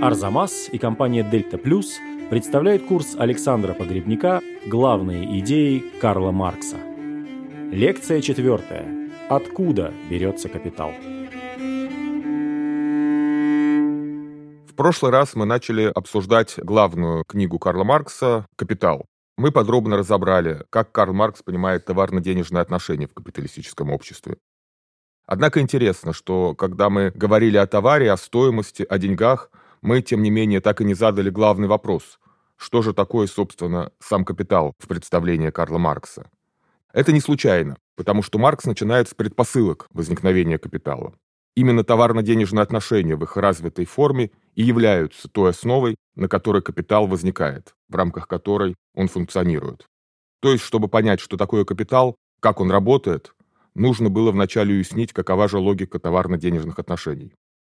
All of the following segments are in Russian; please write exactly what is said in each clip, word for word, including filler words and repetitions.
Арзамас и компания Дельта Плюс представляют курс Александра Погребняка «Главные идеи Карла Маркса». Лекция четвертая. Откуда берется капитал? В прошлый раз мы начали обсуждать главную книгу Карла Маркса «Капитал». Мы подробно разобрали, как Карл Маркс понимает товарно-денежные отношения в капиталистическом обществе. Однако интересно, что когда мы говорили о товаре, о стоимости, о деньгах, мы, тем не менее, так и не задали главный вопрос. Что же такое, собственно, сам капитал в представлении Карла Маркса? Это не случайно, потому что Маркс начинает с предпосылок возникновения капитала. Именно товарно-денежные отношения в их развитой форме и являются той основой, на которой капитал возникает, в рамках которой он функционирует. То есть, чтобы понять, что такое капитал, как он работает, нужно было вначале уяснить, какова же логика товарно-денежных отношений.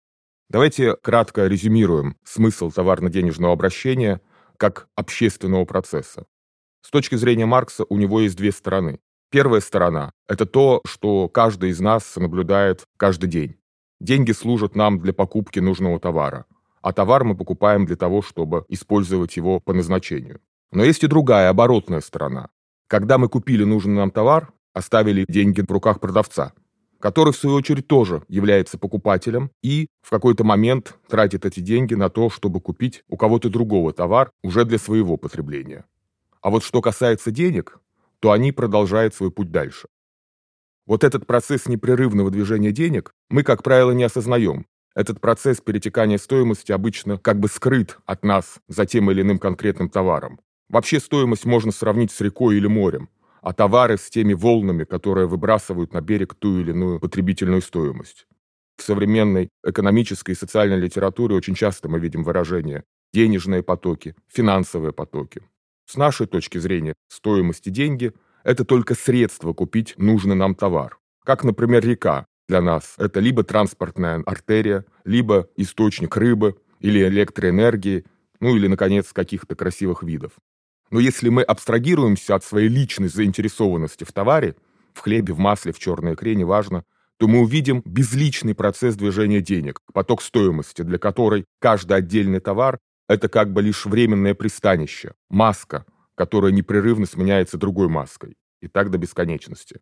Давайте кратко резюмируем смысл товарно-денежного обращения как общественного процесса. С точки зрения Маркса у него есть две стороны. Первая сторона – это то, что каждый из нас наблюдает каждый день. Деньги служат нам для покупки нужного товара, а товар мы покупаем для того, чтобы использовать его по назначению. Но есть и другая, оборотная сторона. Когда мы купили нужный нам товар, оставили деньги в руках продавца, который, в свою очередь, тоже является покупателем и в какой-то момент тратит эти деньги на то, чтобы купить у кого-то другого товар уже для своего потребления. А вот что касается денег, то они продолжают свой путь дальше. Вот этот процесс непрерывного движения денег мы, как правило, не осознаем. Этот процесс перетекания стоимости обычно как бы скрыт от нас за тем или иным конкретным товаром. Вообще стоимость можно сравнить с рекой или морем, а товары с теми волнами, которые выбрасывают на берег ту или иную потребительную стоимость. В современной экономической и социальной литературе очень часто мы видим выражение «денежные потоки», «финансовые потоки». С нашей точки зрения, стоимость и деньги – это только средство купить нужный нам товар. Как, например, река для нас – это либо транспортная артерия, либо источник рыбы или электроэнергии, ну или, наконец, каких-то красивых видов. Но если мы абстрагируемся от своей личной заинтересованности в товаре, в хлебе, в масле, в черной икре, неважно, то мы увидим безличный процесс движения денег, поток стоимости, для которой каждый отдельный товар – это как бы лишь временное пристанище, маска, которая непрерывно сменяется другой маской, и так до бесконечности.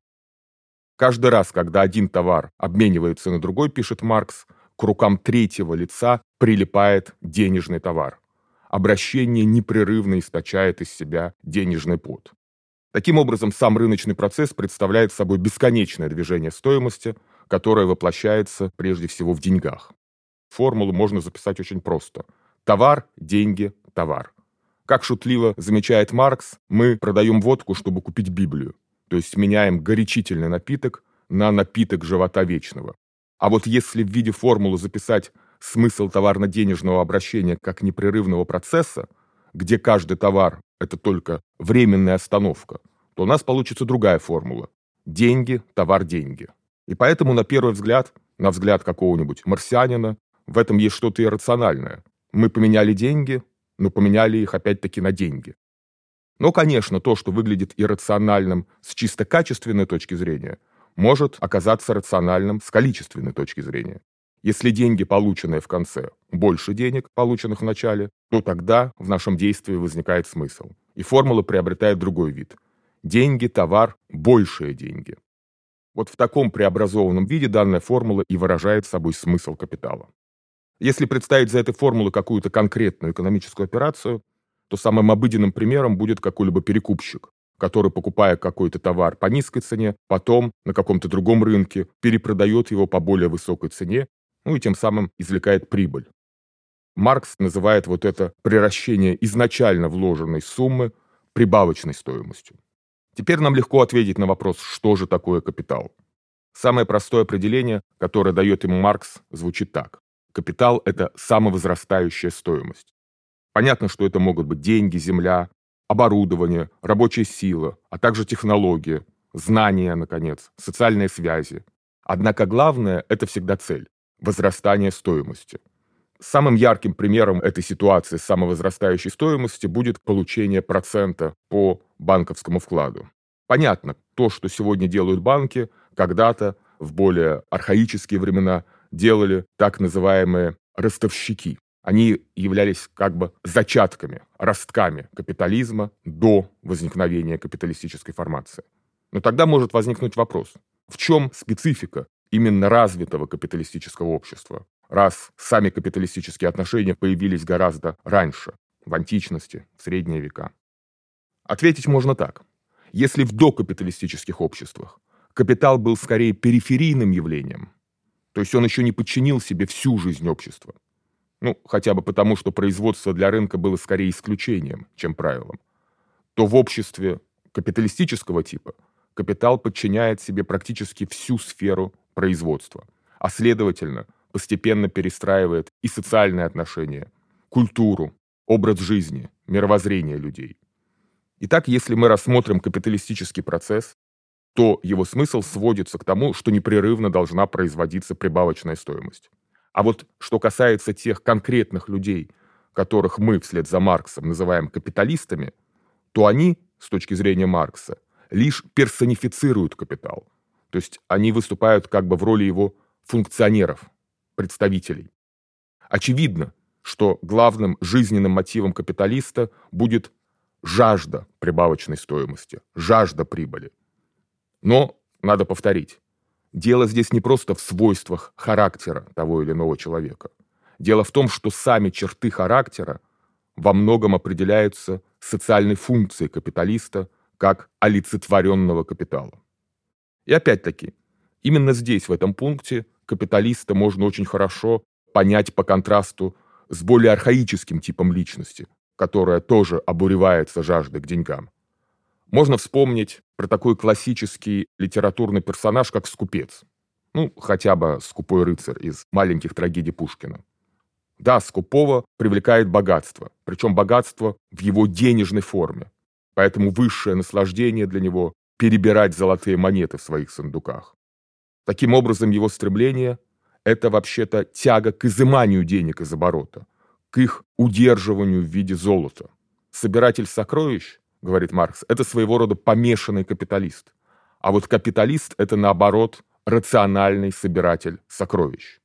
Каждый раз, когда один товар обменивается на другой, пишет Маркс, к рукам третьего лица прилипает денежный товар. Обращение непрерывно источает из себя денежный пот. Таким образом, сам рыночный процесс представляет собой бесконечное движение стоимости, которое воплощается прежде всего в деньгах. Формулу можно записать очень просто. Товар, деньги, товар. Как шутливо замечает Маркс, мы продаем водку, чтобы купить Библию, то есть меняем горячительный напиток на напиток живота вечного. А вот если в виде формулы записать смысл товарно-денежного обращения как непрерывного процесса, где каждый товар – это только временная остановка, то у нас получится другая формула – деньги, товар, деньги. И поэтому, на первый взгляд, на взгляд какого-нибудь марсианина, в этом есть что-то иррациональное. Мы поменяли деньги, но поменяли их опять-таки на деньги. Но, конечно, то, что выглядит иррациональным с чисто качественной точки зрения, может оказаться рациональным с количественной точки зрения. Если деньги, полученные в конце, больше денег, полученных в начале, то тогда в нашем действии возникает смысл. И формула приобретает другой вид. Деньги, товар, большие деньги. Вот в таком преобразованном виде данная формула и выражает собой смысл капитала. Если представить за этой формулой какую-то конкретную экономическую операцию, то самым обыденным примером будет какой-либо перекупщик, который, покупая какой-то товар по низкой цене, потом на каком-то другом рынке перепродает его по более высокой цене, ну и тем самым извлекает прибыль. Маркс называет вот это приращение изначально вложенной суммы прибавочной стоимостью. Теперь нам легко ответить на вопрос, что же такое капитал. Самое простое определение, которое дает ему Маркс, звучит так. Капитал – это самовозрастающая стоимость. Понятно, что это могут быть деньги, земля, оборудование, рабочая сила, а также технологии, знания, наконец, социальные связи. Однако главное – это всегда цель. Возрастание стоимости. Самым ярким примером этой ситуации с самовозрастающей стоимостью будет получение процента по банковскому вкладу. Понятно, то, что сегодня делают банки, когда-то, в более архаические времена, делали так называемые ростовщики. Они являлись как бы зачатками, ростками капитализма до возникновения капиталистической формации. Но тогда может возникнуть вопрос, в чем специфика именно развитого капиталистического общества, раз сами капиталистические отношения появились гораздо раньше, в античности, в средние века? Ответить можно так. Если в докапиталистических обществах капитал был скорее периферийным явлением, то есть он еще не подчинил себе всю жизнь общества, ну, хотя бы потому, что производство для рынка было скорее исключением, чем правилом, то в обществе капиталистического типа капитал подчиняет себе практически всю сферу производства, а следовательно, постепенно перестраивает и социальные отношения, культуру, образ жизни, мировоззрение людей. Итак, если мы рассмотрим капиталистический процесс, то его смысл сводится к тому, что непрерывно должна производиться прибавочная стоимость. А вот что касается тех конкретных людей, которых мы вслед за Марксом называем капиталистами, то они, с точки зрения Маркса, лишь персонифицируют капитал. То есть они выступают как бы в роли его функционеров, представителей. Очевидно, что главным жизненным мотивом капиталиста будет жажда прибавочной стоимости, жажда прибыли. Но, надо повторить, дело здесь не просто в свойствах характера того или иного человека. Дело в том, что сами черты характера во многом определяются социальной функцией капиталиста как олицетворенного капитала. И опять-таки, именно здесь, в этом пункте, капиталиста можно очень хорошо понять по контрасту с более архаическим типом личности, которая тоже обуревается жаждой к деньгам. Можно вспомнить про такой классический литературный персонаж, как скупец. Ну, хотя бы скупой рыцарь из маленьких трагедий Пушкина. Да, скупого привлекает богатство, причем богатство в его денежной форме. Поэтому высшее наслаждение для него – перебирать золотые монеты в своих сундуках. Таким образом, его стремление – это вообще-то тяга к изыманию денег из оборота, к их удерживанию в виде золота. Собиратель сокровищ, говорит Маркс, это своего рода помешанный капиталист. А вот капиталист – это, наоборот, рациональный собиратель сокровищ.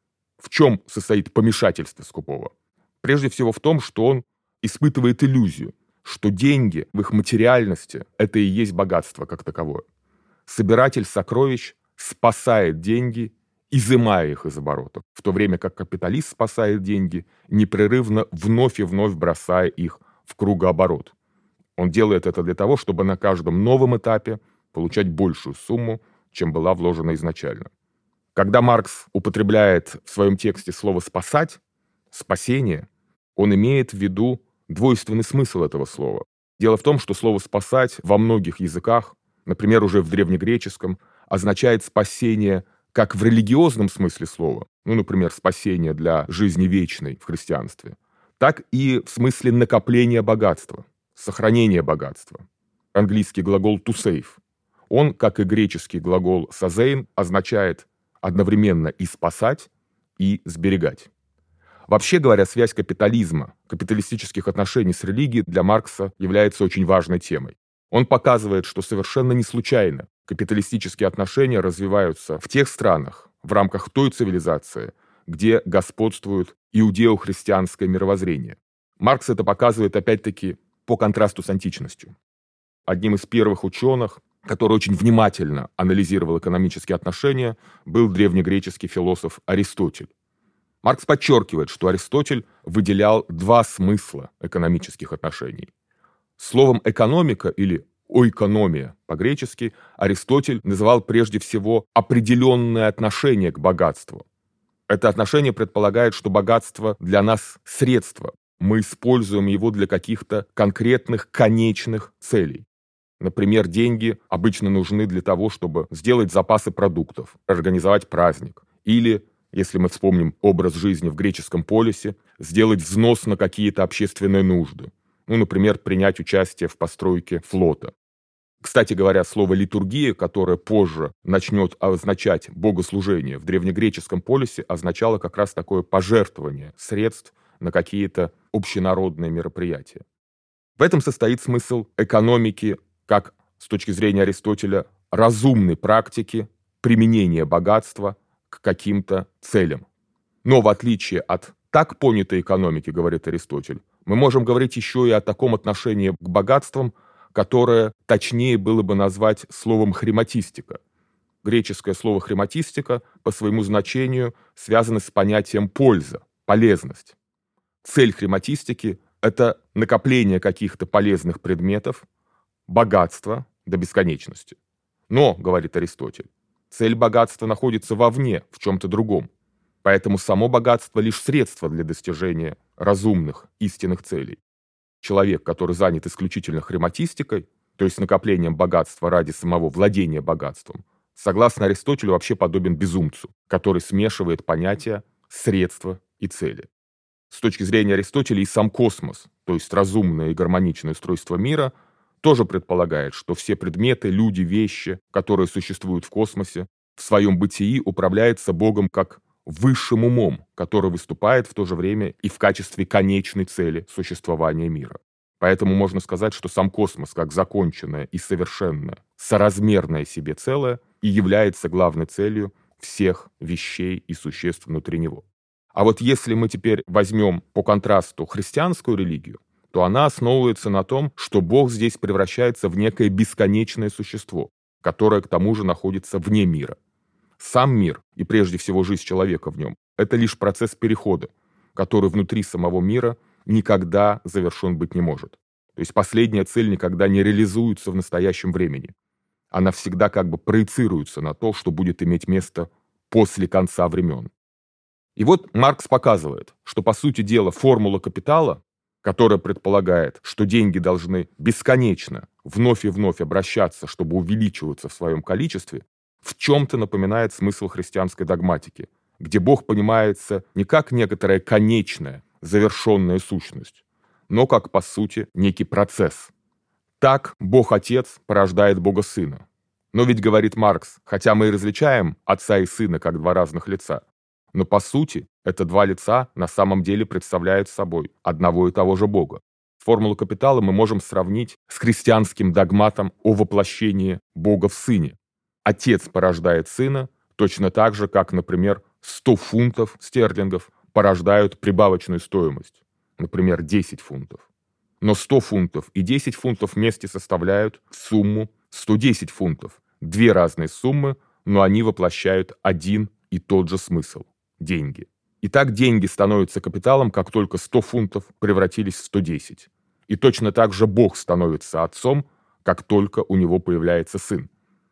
В чем состоит помешательство скупого? Прежде всего в том, что он испытывает иллюзию, что деньги в их материальности – это и есть богатство как таковое. Собиратель сокровищ спасает деньги, изымая их из оборота, в то время как капиталист спасает деньги, непрерывно вновь и вновь бросая их в кругооборот. Он делает это для того, чтобы на каждом новом этапе получать большую сумму, чем была вложена изначально. Когда Маркс употребляет в своем тексте слово «спасать», «спасение», он имеет в виду двойственный смысл этого слова. Дело в том, что слово «спасать» во многих языках, например, уже в древнегреческом, означает спасение как в религиозном смысле слова, ну, например, спасение для жизни вечной в христианстве, так и в смысле накопления богатства, сохранения богатства. Английский глагол to save. Он, как и греческий глагол сазейн, означает одновременно и спасать, и сберегать. Вообще говоря, связь капитализма, капиталистических отношений с религией для Маркса является очень важной темой. Он показывает, что совершенно не случайно капиталистические отношения развиваются в тех странах, в рамках той цивилизации, где господствует иудео-христианское мировоззрение. Маркс это показывает, опять-таки, по контрасту с античностью. Одним из первых ученых, который очень внимательно анализировал экономические отношения, был древнегреческий философ Аристотель. Маркс подчеркивает, что Аристотель выделял два смысла экономических отношений. Словом «экономика» или «ойкономия» по-гречески Аристотель называл прежде всего определенное отношение к богатству. Это отношение предполагает, что богатство для нас – средство. Мы используем его для каких-то конкретных конечных целей. Например, деньги обычно нужны для того, чтобы сделать запасы продуктов, организовать праздник. Или, если мы вспомним образ жизни в греческом полисе, сделать взнос на какие-то общественные нужды. Ну, например, принять участие в постройке флота. Кстати говоря, слово «литургия», которое позже начнет означать «богослужение», в древнегреческом полисе означало как раз такое пожертвование средств на какие-то общенародные мероприятия. В этом состоит смысл экономики как, с точки зрения Аристотеля, разумной практики применения богатства к каким-то целям. Но в отличие от так понятой экономике, говорит Аристотель, мы можем говорить еще и о таком отношении к богатствам, которое точнее было бы назвать словом хрематистика. Греческое слово хрематистика по своему значению связано с понятием польза, полезность. Цель хрематистики – это накопление каких-то полезных предметов, богатство до бесконечности. Но, говорит Аристотель, цель богатства находится вовне, в чем-то другом. Поэтому само богатство – лишь средство для достижения разумных, истинных целей. Человек, который занят исключительно хрематистикой, то есть накоплением богатства ради самого владения богатством, согласно Аристотелю, вообще подобен безумцу, который смешивает понятия средства и цели. С точки зрения Аристотеля и сам космос, то есть разумное и гармоничное устройство мира, тоже предполагает, что все предметы, люди, вещи, которые существуют в космосе, в своем бытии управляются Богом как высшим умом, который выступает в то же время и в качестве конечной цели существования мира. Поэтому можно сказать, что сам космос, как законченное и совершенное, соразмерное себе целое, и является главной целью всех вещей и существ внутри него. А вот если мы теперь возьмем по контрасту христианскую религию, то она основывается на том, что Бог здесь превращается в некое бесконечное существо, которое к тому же находится вне мира. Сам мир, и прежде всего жизнь человека в нем, это лишь процесс перехода, который внутри самого мира никогда завершен быть не может. То есть последняя цель никогда не реализуется в настоящем времени. Она всегда как бы проецируется на то, что будет иметь место после конца времен. И вот Маркс показывает, что, по сути дела, формула капитала, которая предполагает, что деньги должны бесконечно вновь и вновь обращаться, чтобы увеличиваться в своем количестве, в чем-то напоминает смысл христианской догматики, где Бог понимается не как некоторая конечная, завершенная сущность, но как, по сути, некий процесс. Так Бог-Отец порождает Бога-Сына. Но ведь, говорит Маркс, хотя мы и различаем Отца и Сына как два разных лица, но, по сути, это два лица на самом деле представляют собой одного и того же Бога. Формулу капитала мы можем сравнить с христианским догматом о воплощении Бога в Сыне. Отец порождает Сына точно так же, как, например, сто фунтов стерлингов порождают прибавочную стоимость, например, десять фунтов. Но сто фунтов и десять фунтов вместе составляют сумму сто десять фунтов. Две разные суммы, но они воплощают один и тот же смысл – деньги. Итак, деньги становятся капиталом, как только сто фунтов превратились в сто десять. И точно так же Бог становится отцом, как только у него появляется сын.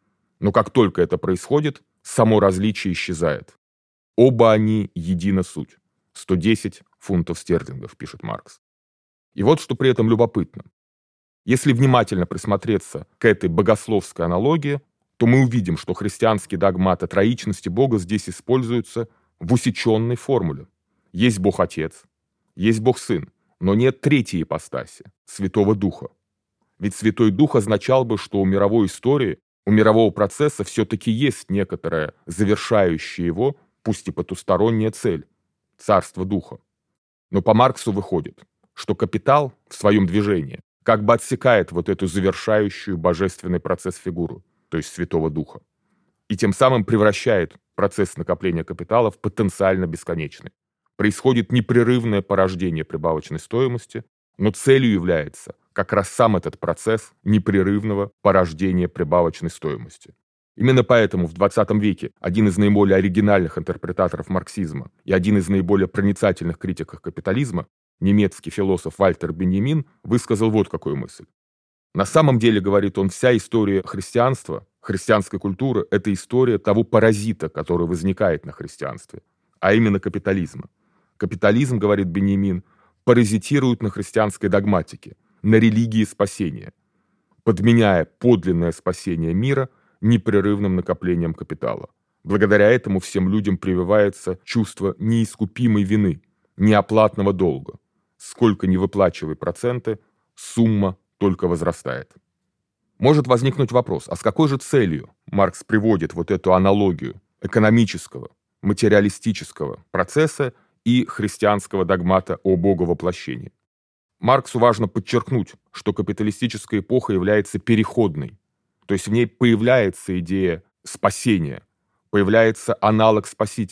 Но как только это происходит, само различие исчезает. Оба они едина суть. сто десять фунтов стерлингов, пишет Маркс. И вот что при этом любопытно. Если внимательно присмотреться к этой богословской аналогии, то мы увидим, что христианский догмат о троичности Бога здесь используется в усеченной формуле. Есть Бог-Отец, есть Бог-Сын, но нет третьей ипостаси – Святого Духа. Ведь Святой Дух означал бы, что у мировой истории, у мирового процесса все-таки есть некоторая завершающая его, пусть и потусторонняя цель – Царство Духа. Но по Марксу выходит, что капитал в своем движении как бы отсекает вот эту завершающую божественный процесс фигуру, то есть Святого Духа, и тем самым превращает процесс накопления капитала в потенциально бесконечный. Происходит непрерывное порождение прибавочной стоимости, но целью является как раз сам этот процесс непрерывного порождения прибавочной стоимости. Именно поэтому в двадцатом веке один из наиболее оригинальных интерпретаторов марксизма и один из наиболее проницательных критиков капитализма, немецкий философ Вальтер Беньямин, высказал вот какую мысль. На самом деле, говорит он, вся история христианства, христианской культуры – это история того паразита, который возникает на христианстве, а именно капитализма. Капитализм, говорит Беньямин, паразитирует на христианской догматике, на религии спасения, подменяя подлинное спасение мира непрерывным накоплением капитала. Благодаря этому всем людям прививается чувство неискупимой вины, неоплатного долга. Сколько ни выплачивай проценты, сумма только возрастает. Может возникнуть вопрос, а с какой же целью Маркс приводит вот эту аналогию экономического, материалистического процесса и христианского догмата о боговоплощении? Марксу важно подчеркнуть, что капиталистическая эпоха является переходной, то есть в ней появляется идея спасения, появляется аналог спасителя,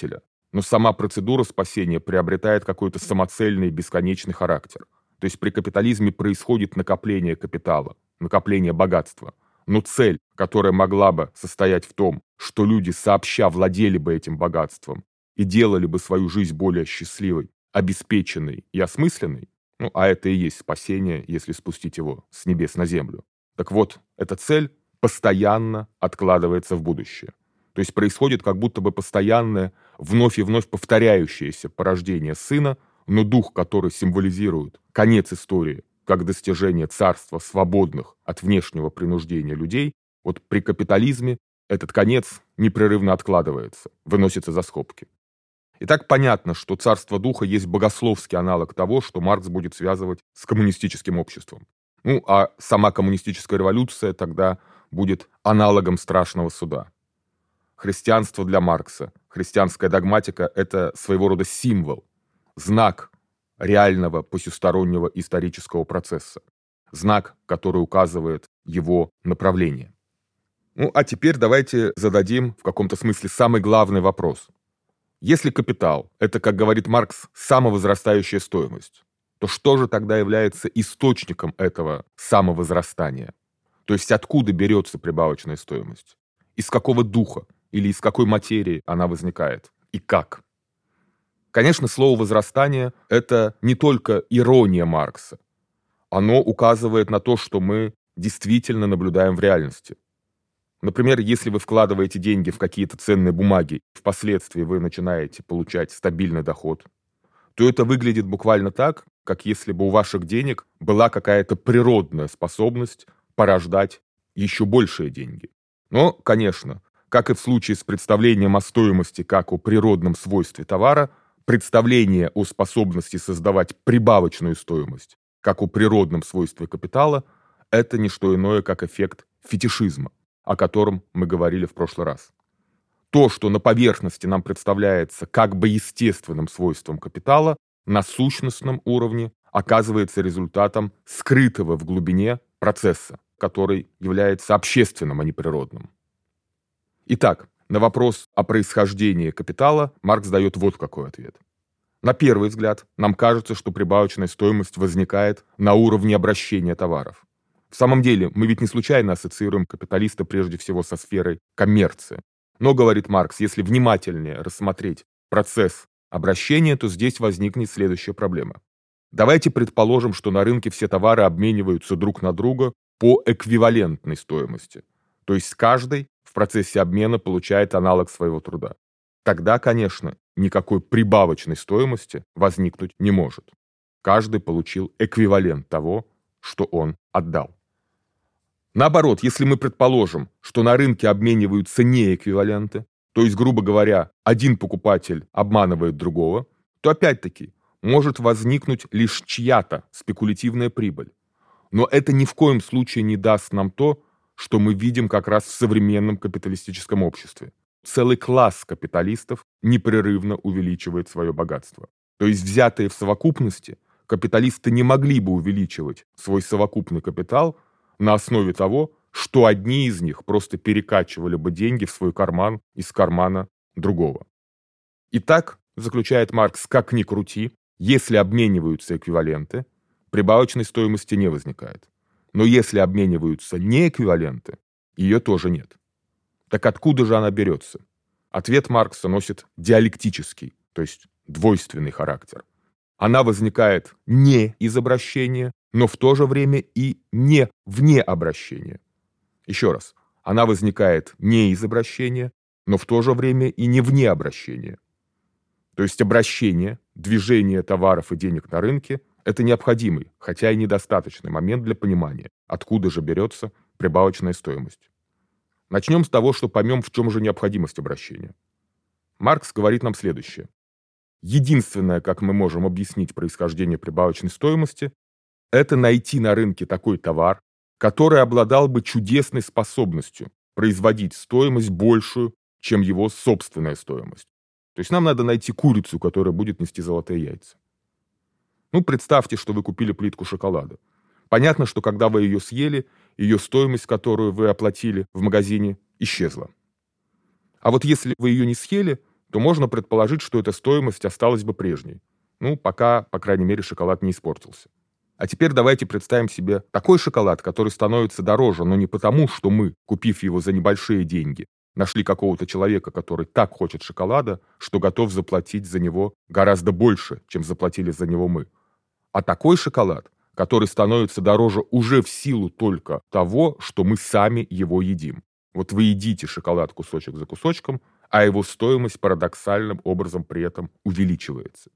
но сама процедура спасения приобретает какой-то самоцельный бесконечный характер. То есть при капитализме происходит накопление капитала, накопление богатства. Но цель, которая могла бы состоять в том, что люди сообща владели бы этим богатством и делали бы свою жизнь более счастливой, обеспеченной и осмысленной, ну, а это и есть спасение, если спустить его с небес на землю. Так вот, эта цель постоянно откладывается в будущее. То есть происходит как будто бы постоянное, вновь и вновь повторяющееся порождение сына, но дух, который символизирует конец истории, как достижение царства свободных от внешнего принуждения людей, вот при капитализме этот конец непрерывно откладывается, выносится за скобки. Итак, понятно, что царство духа есть богословский аналог того, что Маркс будет связывать с коммунистическим обществом. Ну, а сама коммунистическая революция тогда будет аналогом страшного суда. Христианство для Маркса, христианская догматика – это своего рода символ, знак реального посюстороннего исторического процесса, знак, который указывает его направление. Ну, а теперь давайте зададим в каком-то смысле самый главный вопрос. Если капитал – это, как говорит Маркс, самовозрастающая стоимость, то что же тогда является источником этого самовозрастания? То есть откуда берется прибавочная стоимость? Из какого духа или из какой материи она возникает? И как? Конечно, слово «возрастание» – это не только ирония Маркса. Оно указывает на то, что мы действительно наблюдаем в реальности. Например, если вы вкладываете деньги в какие-то ценные бумаги, впоследствии вы начинаете получать стабильный доход, то это выглядит буквально так, как если бы у ваших денег была какая-то природная способность порождать еще большие деньги. Но, конечно, как и в случае с представлением о стоимости как о природном свойстве товара, представление о способности создавать прибавочную стоимость как о природном свойстве капитала – это не что иное, как эффект фетишизма, о котором мы говорили в прошлый раз. То, что на поверхности нам представляется как бы естественным свойством капитала, на сущностном уровне оказывается результатом скрытого в глубине процесса, который является общественным, а не природным. Итак, на вопрос о происхождении капитала Маркс дает вот какой ответ. На первый взгляд, нам кажется, что прибавочная стоимость возникает на уровне обращения товаров. В самом деле, мы ведь не случайно ассоциируем капиталиста прежде всего со сферой коммерции. Но, говорит Маркс, если внимательнее рассмотреть процесс обращения, то здесь возникнет следующая проблема. Давайте предположим, что на рынке все товары обмениваются друг на друга по эквивалентной стоимости. То есть каждый в процессе обмена получает аналог своего труда. Тогда, конечно, никакой прибавочной стоимости возникнуть не может. Каждый получил эквивалент того, что он отдал. Наоборот, если мы предположим, что на рынке обмениваются неэквиваленты, то есть, грубо говоря, один покупатель обманывает другого, то опять-таки может возникнуть лишь чья-то спекулятивная прибыль. Но это ни в коем случае не даст нам то, что мы видим как раз в современном капиталистическом обществе. Целый класс капиталистов непрерывно увеличивает свое богатство. То есть, взятые в совокупности, капиталисты не могли бы увеличивать свой совокупный капитал на основе того, что одни из них просто перекачивали бы деньги в свой карман из кармана другого. Итак, заключает Маркс, как ни крути, если обмениваются эквиваленты, прибавочной стоимости не возникает. Но если обмениваются неэквиваленты, ее тоже нет. Так откуда же она берется? Ответ Маркса носит диалектический, то есть двойственный характер. Она возникает не из обращения, но в то же время и не вне обращения. Еще раз, она возникает не из обращения, но в то же время и не вне обращения. То есть обращение, движение товаров и денег на рынке – это необходимый, хотя и недостаточный момент для понимания, откуда же берется прибавочная стоимость. Начнем с того, что поймем, в чем же необходимость обращения. Маркс говорит нам следующее. Единственное, как мы можем объяснить происхождение прибавочной стоимости, это найти на рынке такой товар, который обладал бы чудесной способностью производить стоимость большую, чем его собственная стоимость. То есть нам надо найти курицу, которая будет нести золотые яйца. Ну, представьте, что вы купили плитку шоколада. Понятно, что когда вы ее съели, ее стоимость, которую вы оплатили в магазине, исчезла. А вот если вы ее не съели, то можно предположить, что эта стоимость осталась бы прежней. Ну, пока, по крайней мере, шоколад не испортился. А теперь давайте представим себе такой шоколад, который становится дороже, но не потому, что мы, купив его за небольшие деньги, нашли какого-то человека, который так хочет шоколада, что готов заплатить за него гораздо больше, чем заплатили за него мы. А такой шоколад, который становится дороже уже в силу только того, что мы сами его едим. Вот вы едите шоколад кусочек за кусочком, а его стоимость парадоксальным образом при этом увеличивается.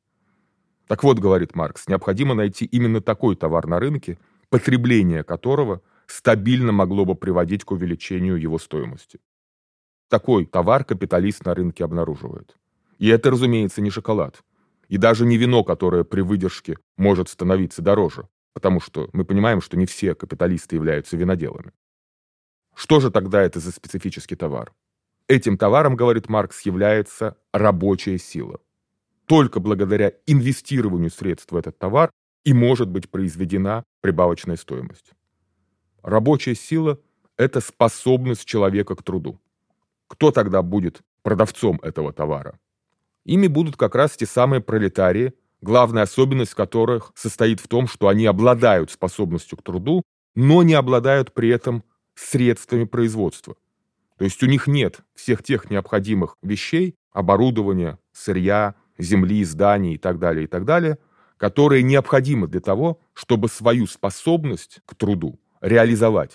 Так вот, говорит Маркс, необходимо найти именно такой товар на рынке, потребление которого стабильно могло бы приводить к увеличению его стоимости. Такой товар капиталист на рынке обнаруживает. И это, разумеется, не шоколад. И даже не вино, которое при выдержке может становиться дороже. Потому что мы понимаем, что не все капиталисты являются виноделами. Что же тогда это за специфический товар? Этим товаром, говорит Маркс, является рабочая сила. Только благодаря инвестированию средств в этот товар и может быть произведена прибавочная стоимость. Рабочая сила – это способность человека к труду. Кто тогда будет продавцом этого товара? Ими будут как раз те самые пролетарии, главная особенность которых состоит в том, что они обладают способностью к труду, но не обладают при этом средствами производства. То есть у них нет всех тех необходимых вещей, оборудования, сырья, земли, зданий и так далее, и так далее, которые необходимы для того, чтобы свою способность к труду реализовать.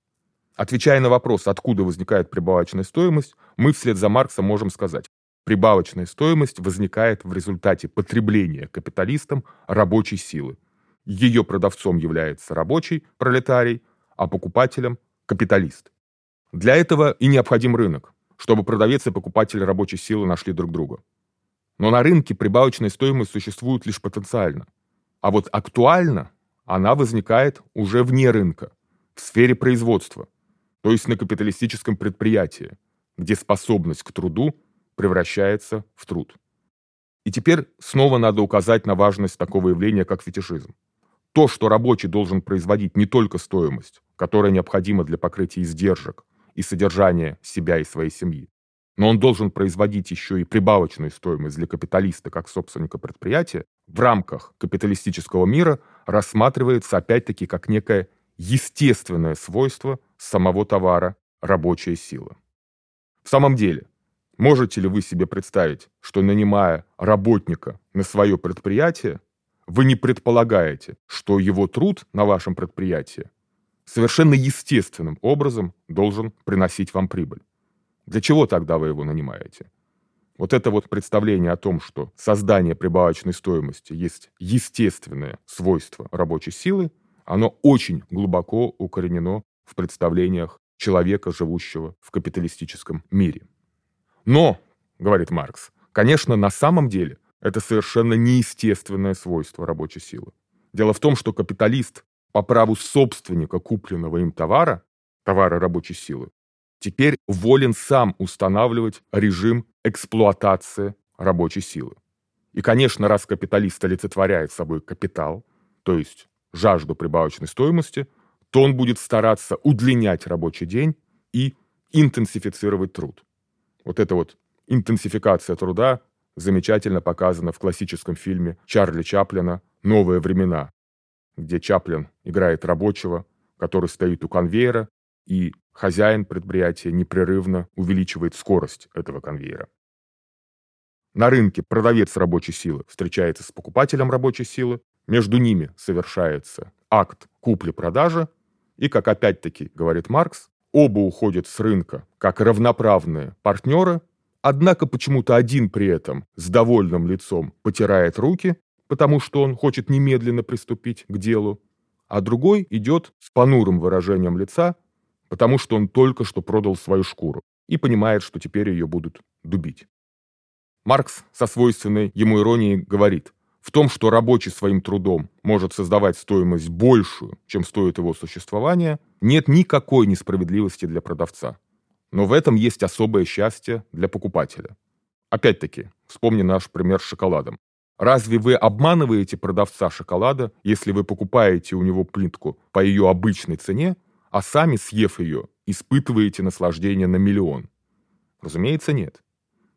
Отвечая на вопрос, откуда возникает прибавочная стоимость, мы вслед за Марксом можем сказать, прибавочная стоимость возникает в результате потребления капиталистом рабочей силы. Ее продавцом является рабочий, пролетарий, а покупателем – капиталист. Для этого и необходим рынок, чтобы продавец и покупатель рабочей силы нашли друг друга. Но на рынке прибавочная стоимость существует лишь потенциально. А вот актуально она возникает уже вне рынка, в сфере производства, то есть на капиталистическом предприятии, где способность к труду превращается в труд. И теперь снова надо указать на важность такого явления, как фетишизм. То, что рабочий должен производить не только стоимость, которая необходима для покрытия издержек и содержания себя и своей семьи, но он должен производить еще и прибавочную стоимость для капиталиста как собственника предприятия, в рамках капиталистического мира рассматривается опять-таки как некое естественное свойство самого товара рабочая сила. В самом деле, можете ли вы себе представить, что, нанимая работника на свое предприятие, вы не предполагаете, что его труд на вашем предприятии совершенно естественным образом должен приносить вам прибыль? Для чего тогда вы его нанимаете? Вот это вот представление о том, что создание прибавочной стоимости есть естественное свойство рабочей силы, оно очень глубоко укоренено в представлениях человека, живущего в капиталистическом мире. Но, говорит Маркс, конечно, на самом деле это совершенно неестественное свойство рабочей силы. Дело в том, что капиталист по праву собственника купленного им товара, товара рабочей силы, теперь волен сам устанавливать режим эксплуатации рабочей силы. И, конечно, раз капиталист олицетворяет собой капитал, то есть жажду прибавочной стоимости, то он будет стараться удлинять рабочий день и интенсифицировать труд. Вот эта вот интенсификация труда замечательно показана в классическом фильме Чарли Чаплина «Новые времена», где Чаплин играет рабочего, который стоит у конвейера, и хозяин предприятия непрерывно увеличивает скорость этого конвейера. На рынке продавец рабочей силы встречается с покупателем рабочей силы, между ними совершается акт купли-продажи, и, как опять-таки говорит Маркс, оба уходят с рынка как равноправные партнеры, однако почему-то один при этом с довольным лицом потирает руки, потому что он хочет немедленно приступить к делу, а другой идет с понурым выражением лица, потому что он только что продал свою шкуру и понимает, что теперь ее будут дубить. Маркс со свойственной ему иронией говорит, в том, что рабочий своим трудом может создавать стоимость большую, чем стоит его существование, нет никакой несправедливости для продавца. Но в этом есть особое счастье для покупателя. Опять-таки, вспомни наш пример с шоколадом. Разве вы обманываете продавца шоколада, если вы покупаете у него плитку по ее обычной цене, а сами, съев ее, испытываете наслаждение на миллион? Разумеется, нет.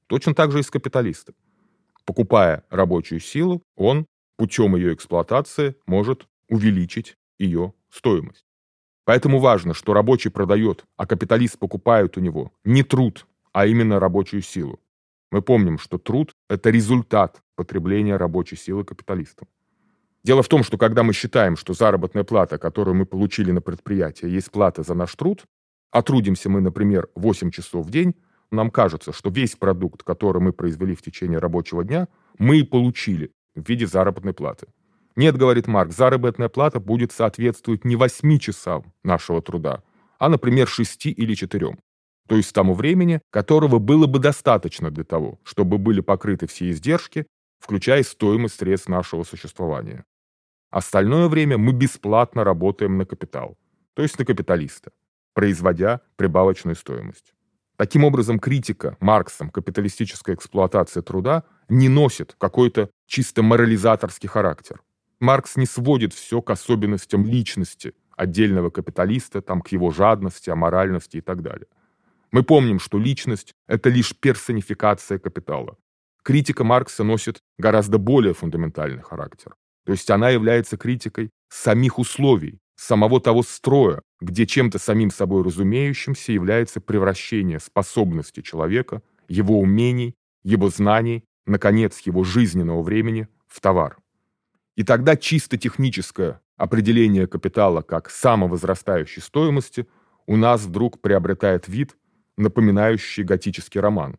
Точно так же и с капиталистом. Покупая рабочую силу, он путем ее эксплуатации может увеличить ее стоимость. Поэтому важно, что рабочий продает, а капиталист покупает у него не труд, а именно рабочую силу. Мы помним, что труд – это результат потребления рабочей силы капиталистом. Дело в том, что когда мы считаем, что заработная плата, которую мы получили на предприятии, есть плата за наш труд, а трудимся мы, например, восемь часов в день, нам кажется, что весь продукт, который мы произвели в течение рабочего дня, мы и получили в виде заработной платы. Нет, говорит Маркс, заработная плата будет соответствовать не восьми часам нашего труда, а, например, шести или четырем. То есть тому времени, которого было бы достаточно для того, чтобы были покрыты все издержки, включая стоимость средств нашего существования. Остальное время мы бесплатно работаем на капитал, то есть на капиталиста, производя прибавочную стоимость. Таким образом, критика Марксом капиталистической эксплуатации труда не носит какой-то чисто морализаторский характер. Маркс не сводит все к особенностям личности отдельного капиталиста, там, к его жадности, аморальности и так далее. Мы помним, что личность – это лишь персонификация капитала. Критика Маркса носит гораздо более фундаментальный характер. То есть она является критикой самих условий, самого того строя, где чем-то самим собой разумеющимся является превращение способности человека, его умений, его знаний, наконец, его жизненного времени в товар. И тогда чисто техническое определение капитала как самовозрастающей стоимости у нас вдруг приобретает вид, напоминающий готический роман.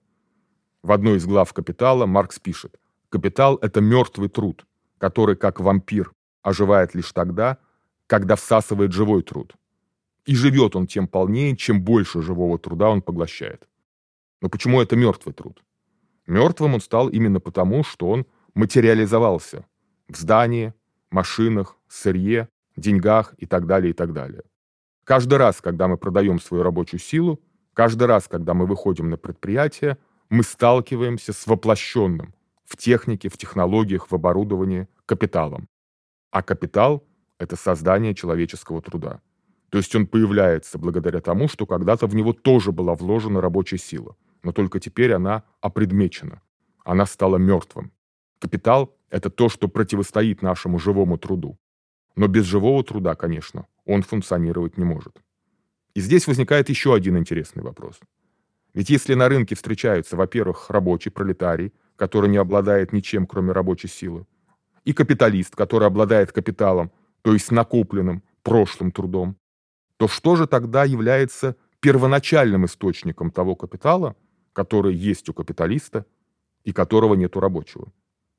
В одной из глав «Капитала» Маркс пишет: «Капитал – это мертвый труд, который, как вампир, оживает лишь тогда, когда всасывает живой труд. И живет он тем полнее, чем больше живого труда он поглощает». Но почему это мертвый труд? Мертвым он стал именно потому, что он материализовался в здании, машинах, сырье, деньгах и так далее, и так далее. Каждый раз, когда мы продаем свою рабочую силу, каждый раз, когда мы выходим на предприятие, мы сталкиваемся с воплощенным в технике, в технологиях, в оборудовании капиталом. А капитал – это создание человеческого труда. То есть он появляется благодаря тому, что когда-то в него тоже была вложена рабочая сила, но только теперь она опредмечена, она стала мертвым. Капитал – это то, что противостоит нашему живому труду. Но без живого труда, конечно, он функционировать не может. И здесь возникает еще один интересный вопрос. Ведь если на рынке встречаются, во-первых, рабочий пролетарий, который не обладает ничем, кроме рабочей силы, и капиталист, который обладает капиталом, то есть накопленным прошлым трудом, то что же тогда является первоначальным источником того капитала, который есть у капиталиста и которого нет у рабочего?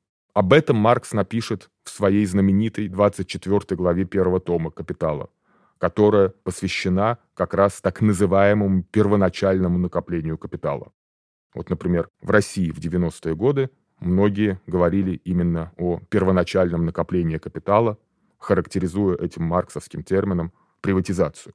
Об этом Маркс напишет в своей знаменитой двадцать четвёртой главе первого тома «Капитала», которая посвящена как раз так называемому первоначальному накоплению капитала. Вот, например, в России в девяностые годы многие говорили именно о первоначальном накоплении капитала, характеризуя этим марксовским термином приватизацию.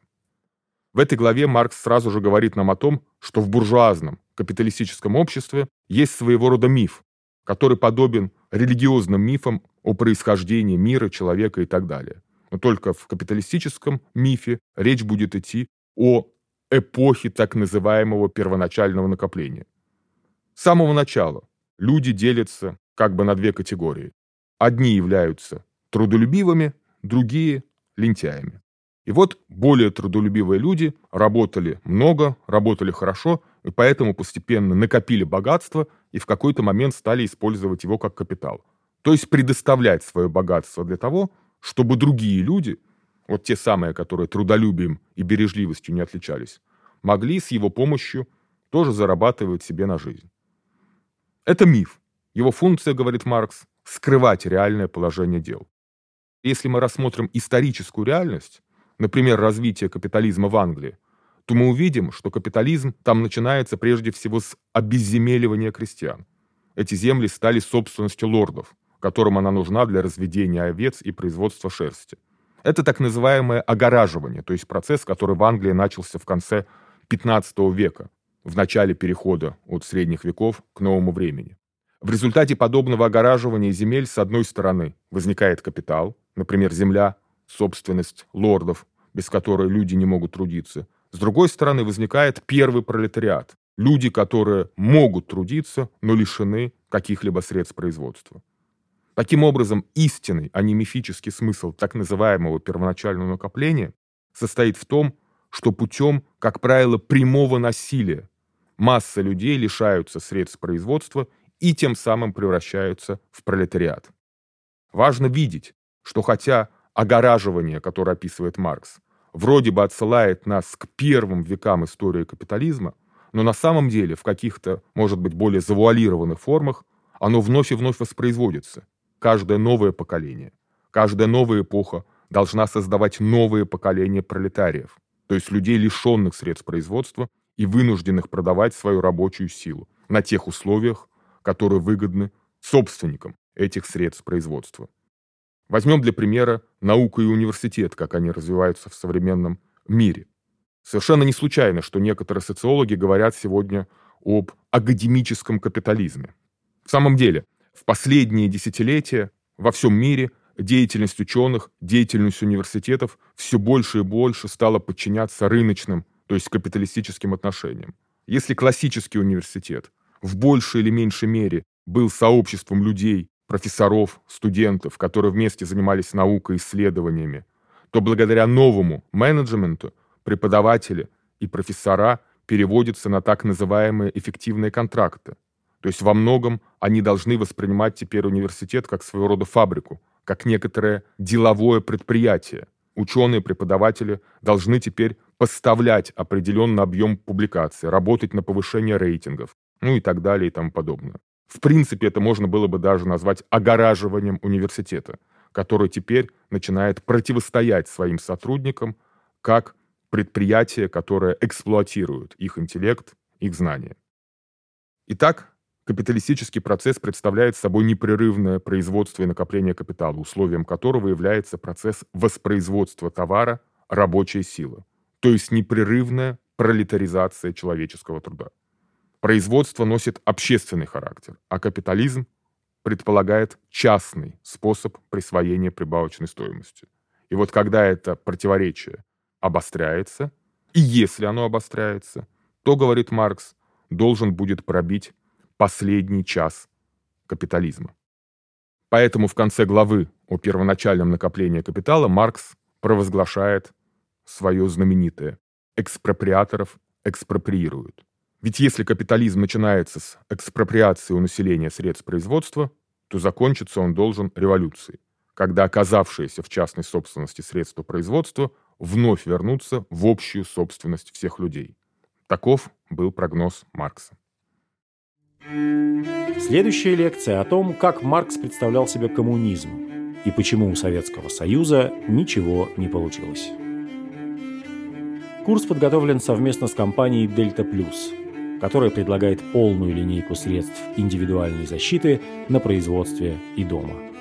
В этой главе Маркс сразу же говорит нам о том, что в буржуазном капиталистическом обществе есть своего рода миф, который подобен религиозным мифам о происхождении мира, человека и так далее. Но только в капиталистическом мифе речь будет идти о эпохе так называемого первоначального накопления. С самого начала люди делятся как бы на две категории. Одни являются трудолюбивыми, другие – лентяями. И вот более трудолюбивые люди работали много, работали хорошо, и поэтому постепенно накопили богатство и в какой-то момент стали использовать его как капитал. То есть предоставлять свое богатство для того, чтобы другие люди, вот те самые, которые трудолюбием и бережливостью не отличались, могли с его помощью тоже зарабатывать себе на жизнь. Это миф. Его функция, говорит Маркс, скрывать реальное положение дел. Если мы рассмотрим историческую реальность, например, развитие капитализма в Англии, то мы увидим, что капитализм там начинается прежде всего с обезземеливания крестьян. Эти земли стали собственностью лордов, которым она нужна для разведения овец и производства шерсти. Это так называемое огораживание, то есть процесс, который в Англии начался в конце пятнадцатого века, в начале перехода от средних веков к новому времени. В результате подобного огораживания земель, с одной стороны, возникает капитал, например, земля, собственность лордов, без которой люди не могут трудиться. С другой стороны, возникает первый пролетариат, Люди, которые могут трудиться, но лишены каких-либо средств производства. Таким образом, истинный, а не мифический смысл так называемого первоначального накопления состоит в том, что путем, как правило, прямого насилия масса людей лишаются средств производства и тем самым превращаются в пролетариат. Важно видеть, что хотя огораживание, которое описывает Маркс, вроде бы отсылает нас к первым векам истории капитализма, но на самом деле в каких-то, может быть, более завуалированных формах оно вновь и вновь воспроизводится. Каждое новое поколение, каждая новая эпоха должна создавать новые поколения пролетариев, то есть людей, лишенных средств производства и вынужденных продавать свою рабочую силу на тех условиях, которые выгодны собственникам этих средств производства. Возьмем для примера науку и университет, как они развиваются в современном мире. Совершенно не случайно, что некоторые социологи говорят сегодня об академическом капитализме. В самом деле, в последние десятилетия во всем мире деятельность ученых, деятельность университетов все больше и больше стала подчиняться рыночным, то есть капиталистическим отношениям. Если классический университет в большей или меньшей мере был сообществом людей, профессоров, студентов, которые вместе занимались наукой и исследованиями, то благодаря новому менеджменту преподаватели и профессора переводятся на так называемые эффективные контракты. То есть во многом они должны воспринимать теперь университет как своего рода фабрику, как некоторое деловое предприятие. Ученые, преподаватели должны теперь поставлять определенный объем публикаций, работать на повышение рейтингов, ну и так далее и тому подобное. В принципе, это можно было бы даже назвать огораживанием университета, который теперь начинает противостоять своим сотрудникам как предприятие, которое эксплуатирует их интеллект, их знания. Итак, капиталистический процесс представляет собой непрерывное производство и накопление капитала, условием которого является процесс воспроизводства товара, рабочей силы, то есть непрерывная пролетаризация человеческого труда. Производство носит общественный характер, а капитализм предполагает частный способ присвоения прибавочной стоимости. И вот когда это противоречие обостряется, и если оно обостряется, то, говорит Маркс, должен будет пробить последний час капитализма. Поэтому в конце главы о первоначальном накоплении капитала Маркс провозглашает свое знаменитое «экспроприаторов экспроприируют». Ведь если капитализм начинается с экспроприации у населения средств производства, то закончиться он должен революцией, когда оказавшиеся в частной собственности средства производства вновь вернутся в общую собственность всех людей. Таков был прогноз Маркса. Следующая лекция о том, как Маркс представлял себе коммунизм и почему у Советского Союза ничего не получилось. Курс подготовлен совместно с компанией Delta Plus, которая предлагает полную линейку средств индивидуальной защиты на производстве и дома.